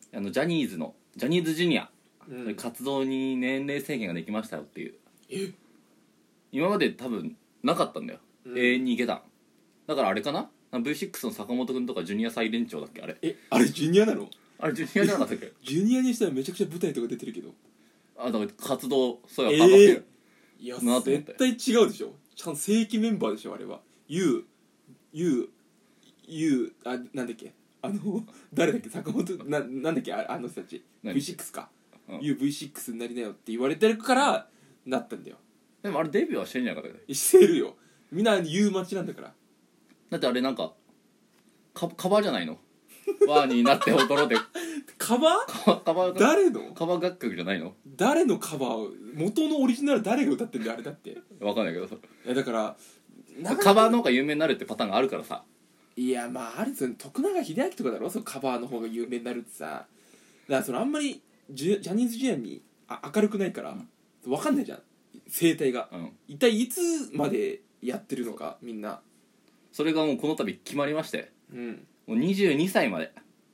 ジャニーズジュニア、 うん、 活動に年齢制限ができましたよっていう。 え、 今まで多分なかったんだよ、永遠にいけた。だからあれかな、 V6 の坂本くんとかジュニア最年長だっけあれ。 あれジュニアなの？ あれジュニアじゃなかったっけジュニアにしたらめちゃくちゃ舞台とか出てるけど。 だから活動そうや頑張ってる、 いやなと思って絶対違うでしょ。ちゃんと正規メンバーでしょあれは。ゆうなんだっけ誰だっけ、坂本なんだっけあの人たち V6 か、V6 になりなよって言われてるからなったんだよ。 でもあれデビューはしてんじゃなかったっけ。 してるよ、みんな言う街なんだから。 だってあれなんかカバーじゃないのワーになって踊ろうってカバー？ カバー誰の楽曲じゃないの？ 誰のカバー？元のオリジナル誰が歌ってんだよあれ。だってわかんないけど、 いやだからカバーの方が有名になるってパターンがあるからさ。 いやまああるぞ、徳永英明とかだろ、そのカバーの方が有名になるってさ。だからそのあんまりジャニーズジュニアに明るくないから、分かんないじゃん生態が、一体いつまでやってるのかみんな。 それがもうこの度決まりまして、 うん、 もう22歳まで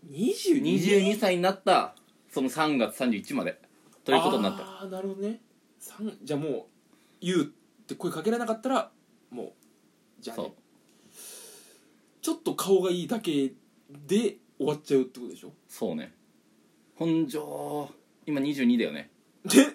22歳になったその3月31日までということになった。 ああなるほどね。じゃあもう言うって声かけられなかったらもうじゃあね、ちょっと顔がいいだけで終わっちゃうってことでしょ。 そうね。本庄今22だよね。 で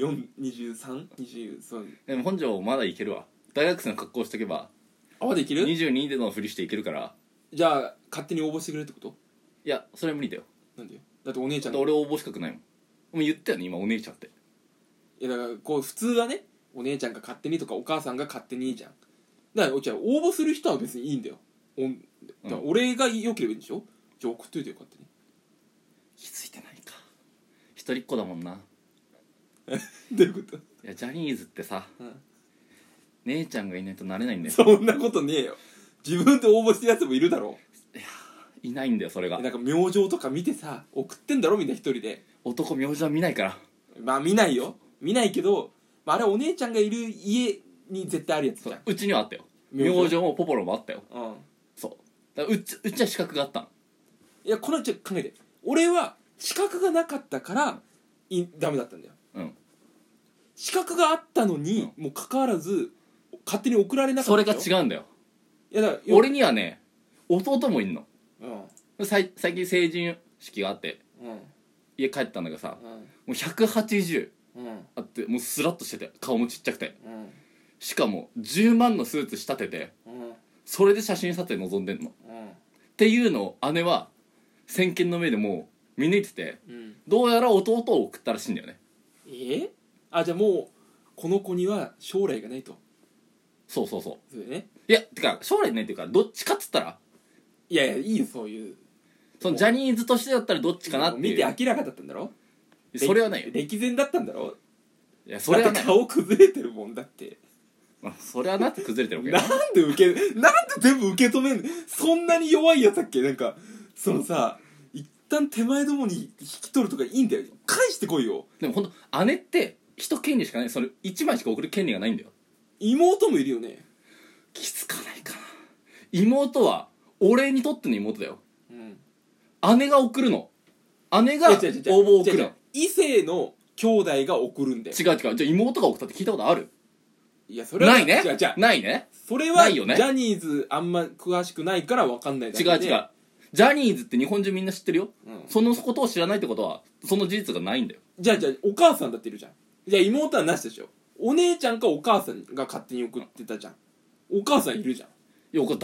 242320そう。 でも本庄まだいけるわ。大学生の格好しとけばまだいける。 22でのふりしていけるから。 じゃあ勝手に応募してくれるってこと？ いやそれは無理だよ。 なんで？だってお姉ちゃんだって俺応募資格ないもん。もう言ったよね今お姉ちゃんって。 いやだからこう普通はね、お姉ちゃんが勝手にとかお母さんが勝手にいいじゃん。だからじゃあ応募する人は別にいいんだよ。だから俺が良ければいいんでしょ。じゃあ送っといてよ勝手に。 気づいてないか。一人っ子だもんな。 どういうこと？ いやジャニーズってさ、 うん、 姉ちゃんがいないとなれないんだよ。 そんなことねえよ。自分で応募してるやつもいるだろ。 いやいないんだよそれが。 なんか明星とか見てさ送ってんだろみんな一人で。 男明星は見ないから。 まあ見ないよ、見ないけど、まあ、あれお姉ちゃんがいる家に絶対あるやつじゃん。 うちにはあったよ。明星もポポロもあったよ。 うん、 そうだからうちは資格があったの。 いやこれちょっと考えて、俺は資格がなかったからダメだったんだよ。資格があったのに、もうかかわらず勝手に送られなかった。 それが違うんだよ。 いやだから俺にはね弟もいんの。 うん、 最近成人式があって家帰ったんだけどさ、もう180あってもうスラッとしてて顔もちっちゃくて、しかも10万のスーツ仕立てて、それで写真撮影臨んでんの、っていうのを姉は先見の目でもう見抜いてて、どうやら弟を送ったらしいんだよね。 じゃあもうこの子には将来がないと。 そうそうだよね。 いやてか将来ねっていうかどっちかっつったら、 いやいいよそういう。 そのジャニーズとしてだったらどっちかなっていう。 見て明らかだったんだろ。 それはないよ。 歴然だったんだろ。 いやそれはない。 だって顔崩れてるもんだって。 それはなって崩れてるわけ。 なんで全部受け止めんの。そんなに弱いやつだっけ。なんかそのさ、一旦手前どもに引き取るとかいいんだよ。返してこいよ。 でもほんと姉って一権利しかない。それ1枚しか送る権利がないんだよ。 妹もいるよね。 気づかないかな。妹は俺にとっての妹だよ、姉が送るの。姉が応募を送るの。 異性の兄弟が送るんだよ。 違うじゃあ妹が送ったって聞いたことある？ いやそれはないね。ないね。 それはジャニーズあんま詳しくないから分かんないだけで。 違うジャニーズって日本中みんな知ってるよ、そのことを知らないってことはその事実がないんだよ。 じゃあお母さんだっているじゃん。じゃあ妹はなしでしょ。お姉ちゃんかお母さんが勝手に送ってたじゃん。お母さんいるじゃん。 いやこれ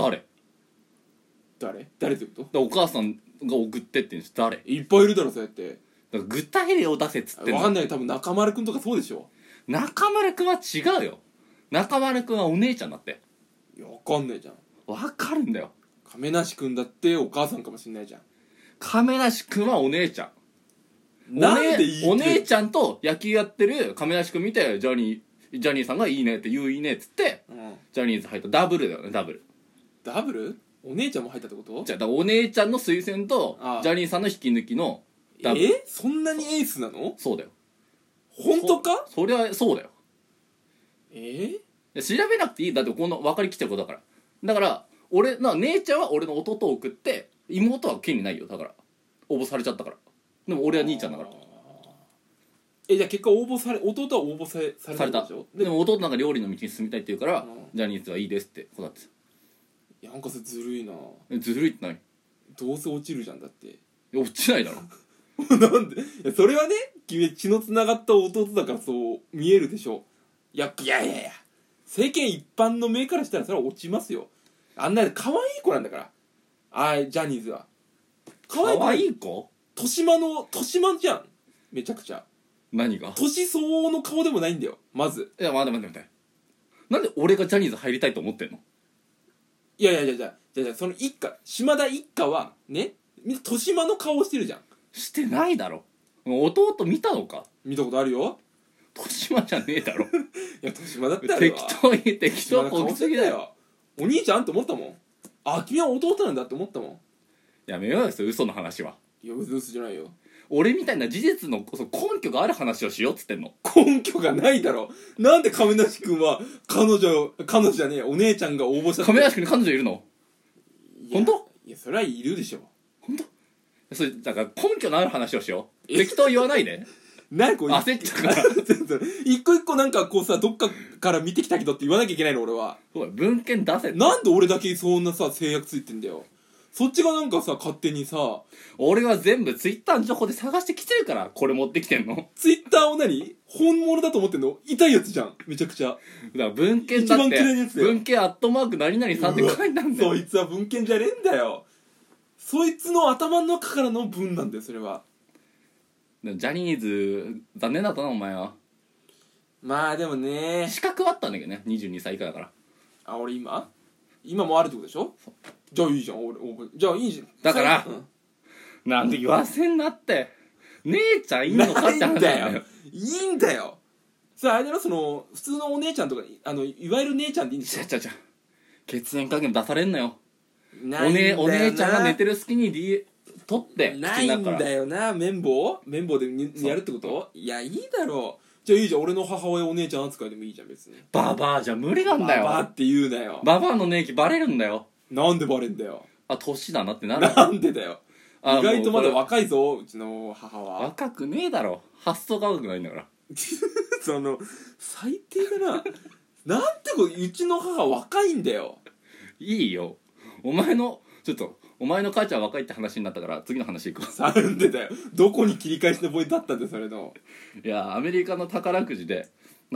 誰ってこと？ お母さんが送ってってんです。誰？ いっぱいいるだろそうやって。 だから具体例を出せっつってんの。 分かんない。多分中丸くんとかそうでしょ。 中丸くんは違うよ。中丸くんはお姉ちゃんだって。 いや分かんないじゃん。 分かるんだよ。 亀梨くんだってお母さんかもしんないじゃん。 亀梨くんはお姉ちゃん。 なんでいいって。 お姉ちゃんと野球やってる亀梨くん見てジャニーさんがいいねって言ういいねっつって、ジャニーズ入ったダブルだよね。ダブル？お姉ちゃんも入ったってこと？ じゃあお姉ちゃんの推薦とジャニーさんの引き抜きのダブル。 そんなにエースなの？ そうだよ。 本当か？ そりゃそうだよ。調べなくていい。だってこの分かりきっちゃうことだから。だから姉ちゃんは俺の弟を送って妹は権利ないよ。だから応募されちゃったから。 でも俺は兄ちゃんだから。 じゃあ結果弟は応募されたでしょ。 でも弟なんか料理の道に進みたいって言うから、ジャニーズはいいですって答えてた。 いやなんかそれずるいな。 ずるいって何？ どうせ落ちるじゃんだって。 いや落ちないだろ。 なんで？いやそれはね、君血のつながった弟だからそう見えるでしょ。いや世間一般の目からしたらそれは落ちますよ。あんな可愛い子なんだから。ジャニーズは可愛い子？ 豊島じゃん。めちゃくちゃ。 何が？ 年相応の顔でもないんだよまず。 いや待ってなんで俺がジャニーズ入りたいと思ってんの？ いやその一家島田一家はね、豊島の顔してるじゃん。 してないだろ。弟見たのか？ 見たことあるよ。 豊島じゃねえだろ。いや豊島だったよ。 適当こぎすぎだよ。 お兄ちゃんって思ったもん。君は弟なんだって思ったもん。 やめようよ、嘘の話は。 いや嘘じゃないよ。 俺みたいな事実の根拠がある話をしようっつってんの。 根拠がないだろ。なんで亀梨君は彼女じゃねえお姉ちゃんが応募したって。 亀梨君に彼女いるの？本当？ いやそれはいるでしょ。 本当？それだから根拠のある話をしよう。適当言わないで。 何これ焦っちゃうから一個一個なんかこうさどっかから見てきたけどって言わなきゃいけないの俺は。 そうだ文献出せって。 なんで俺だけそんなさ制約ついてんだよ。そっちがなんかさ勝手にさ。 俺は全部ツイッターの情報で探してきてるからこれ持ってきてんの。 ツイッターを本物だと思ってんの？痛いやつじゃんめちゃくちゃ。だから文献だって一番嫌いなやつだよ。 文献@何々さんって書いてあるんだよ。 そいつは文献じゃねえんだよ。そいつの頭の中からの文なんだよそれは。 ジャニーズ残念だったなお前は。 まあでもね資格はあったんだけどね、22歳以下だから。 俺今もあるってことでしょ。じゃあいいじゃんじゃあいいじゃん。 だから、なんで言わせんなって。姉ちゃんいいのかって話なんだよ。 いいんだよ。さああれだろ、その普通のお姉ちゃんとかいわゆる姉ちゃんでいいんですよ。 血縁関係も出されんのよ。お姉ちゃんが寝てる隙に取ってないんだよな。綿棒でやるってこと？いやいいだろう。じゃあいいじゃん、俺の母親お姉ちゃん扱いでもいいじゃん別に。 ババアじゃ無理なんだよ。 ババアって言うなよ。 ババアの年季バレるんだよ。 なんでバレんだよ。年だなってなる。 なんでだよ。意外とまだ若いぞうちの母は。 若くねえだろ、発想が若くないんだからその最低だな。なんてうちの母若いんだよ。 いいよ、お前の母ちゃん若いって話になったから次の話いこう。 なんでだよ、どこに切り返しのポイントあったんだよそれの。 いやアメリカの宝くじで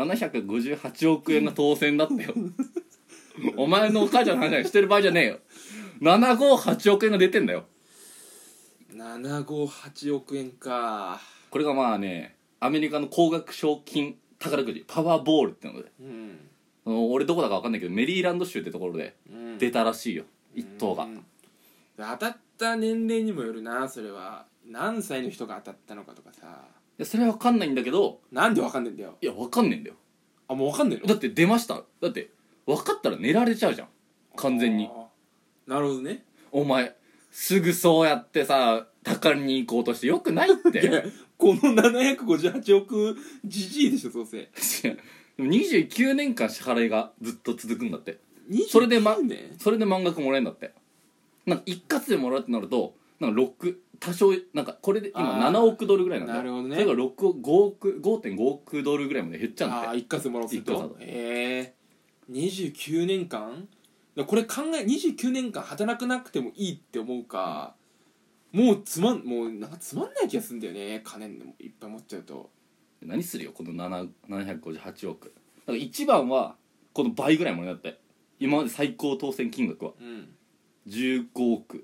758億円が当選だったよお前のお母ちゃんの話してる場合じゃねえよ。758億円が出てんだよ。 758億円か。 これがまあね、アメリカの高額賞金宝くじパワーボールってので、俺どこだか分かんないけどメリーランド州ってところで出たらしいよ、一等が。 当たった年齢にもよるな。それは何歳の人が当たったのかとかさ。いやそれは分かんないんだけど。 なんで分かんないんだよ。 いや分かんねえんだよ。 もう分かんないの？ だって出ました。だって分かったら寝られちゃうじゃん完全に。 なるほどね。 お前すぐそうやってさ宝に行こうとしてよくないって。 いやこの758億じじいでしょどうせ。 でも29年間支払いがずっと続くんだって。 それで満額もらえるんだって。なんか一括でもらうってなるとなんか多少なんかこれで今7億ドルぐらいなんだよ。 なるほどね。 それが5.5億ドルぐらいまで減っちゃうんだって。 一括でもらうと。29年間これ29年間働かなくてもいいって思うか、もうなんかつまんない気がするんだよね。金いっぱい持っちゃうと。 何するよこの758億。だから一番はこの倍ぐらいもらえたって。今まで最高当選金額は、15億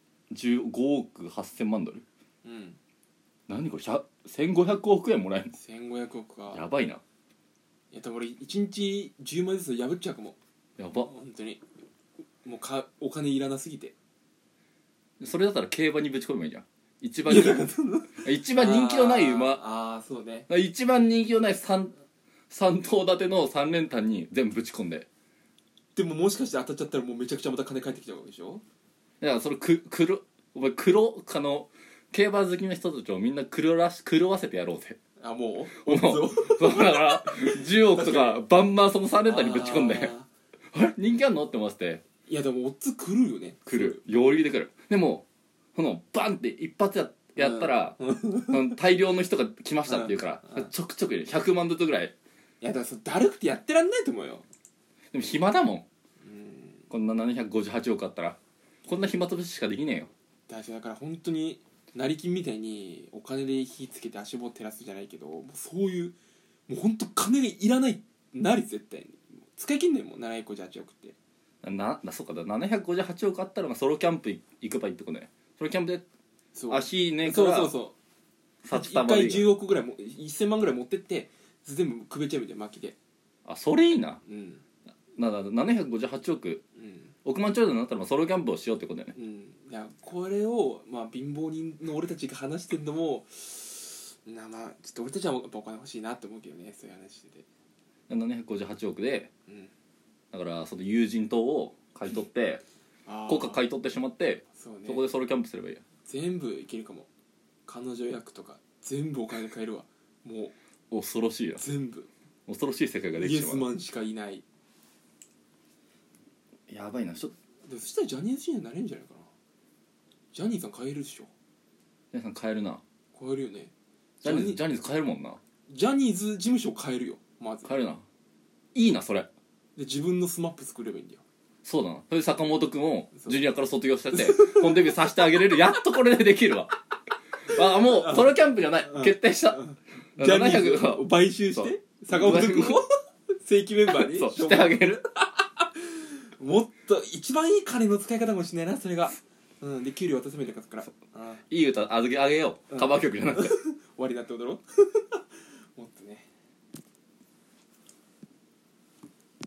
8000万ドル。何これ1500億円もらえるの。 1500億か。 やばいな。 いや多分俺1日10枚ずつ破っちゃうかも。 やば。 本当にもうお金いらなすぎて。 それだったら競馬にぶち込めばいいじゃん。一番人気のない馬。 そうね。 一番人気のない3頭立ての3連単に全部ぶち込んで。 でももしかして当たっちゃったらもうめちゃくちゃまた金返ってきちゃうわけでしょ。 だからそれお前競馬好きの人たちをみんな狂わせてやろうぜ。 もうだから10億とかバンバンその3連単にぶち込んであれ人気あんのって思わせて。いやでもオッズ狂うよね。 余裕で来る。でもこのバンって一発ややったら、大量の人が来ましたって言うから、ちょくちょく100万ずつぐらい。 いやだからだるくてやってらんないと思うよ。 でも暇だもん、こんな758億あったらこんな暇つぶししかできねえよ。 だから本当に成金みたいにお金で火つけて足棒照らすじゃないけど、もうそういうもう本当金がいらないなり、絶対に使い切んねんもん758億って。 そうかだ、758億あったらソロキャンプ行くばいいってことね。ソロキャンプで足ねえから 1回10億ぐらいも1000万ぐらい持ってって全部くべちゃうみたいな巻きで。 それいいな。758億、億万長者になったらソロキャンプをしようってことだよね。 いやこれを貧乏人の俺たちが話してんのもちょっと俺たちはやっぱお金欲しいなって思うけどね、そういう話してて。 758億で、だからその友人棟を買い取って国家買い取ってしまって、そこでソロキャンプすればいいや。 全部いけるかも。彼女役とか全部お金で買えるわ。もう恐ろしいよ。 全部恐ろしい世界ができてしまう。 イエスマンしかいない。 やばいな。 そしたらジャニーズシニアになれるんじゃないかな。ジャニーズさん買えるでしょ。 ジャニーさん買えるな。 買えるよね。 ジャニーズ買えるもんな。 ジャニーズ事務所買えるよ。まず買えるな。いいなそれで。 自分のスマップ作ればいいんだよ。 そうだな。それで坂本くんをジュニアから卒業しててコンデビューさせてあげれる。やっとこれでできるわ。もうソロキャンプじゃない、決定した。 ジャニーズを買収して坂本くんを正規メンバーにそうしてあげる。 もっと一番いい金の使い方かもしれないなそれが。で給料渡せばいいんだから。 いい歌あげよう、カバー曲じゃなくて。 終わりだってことだろ。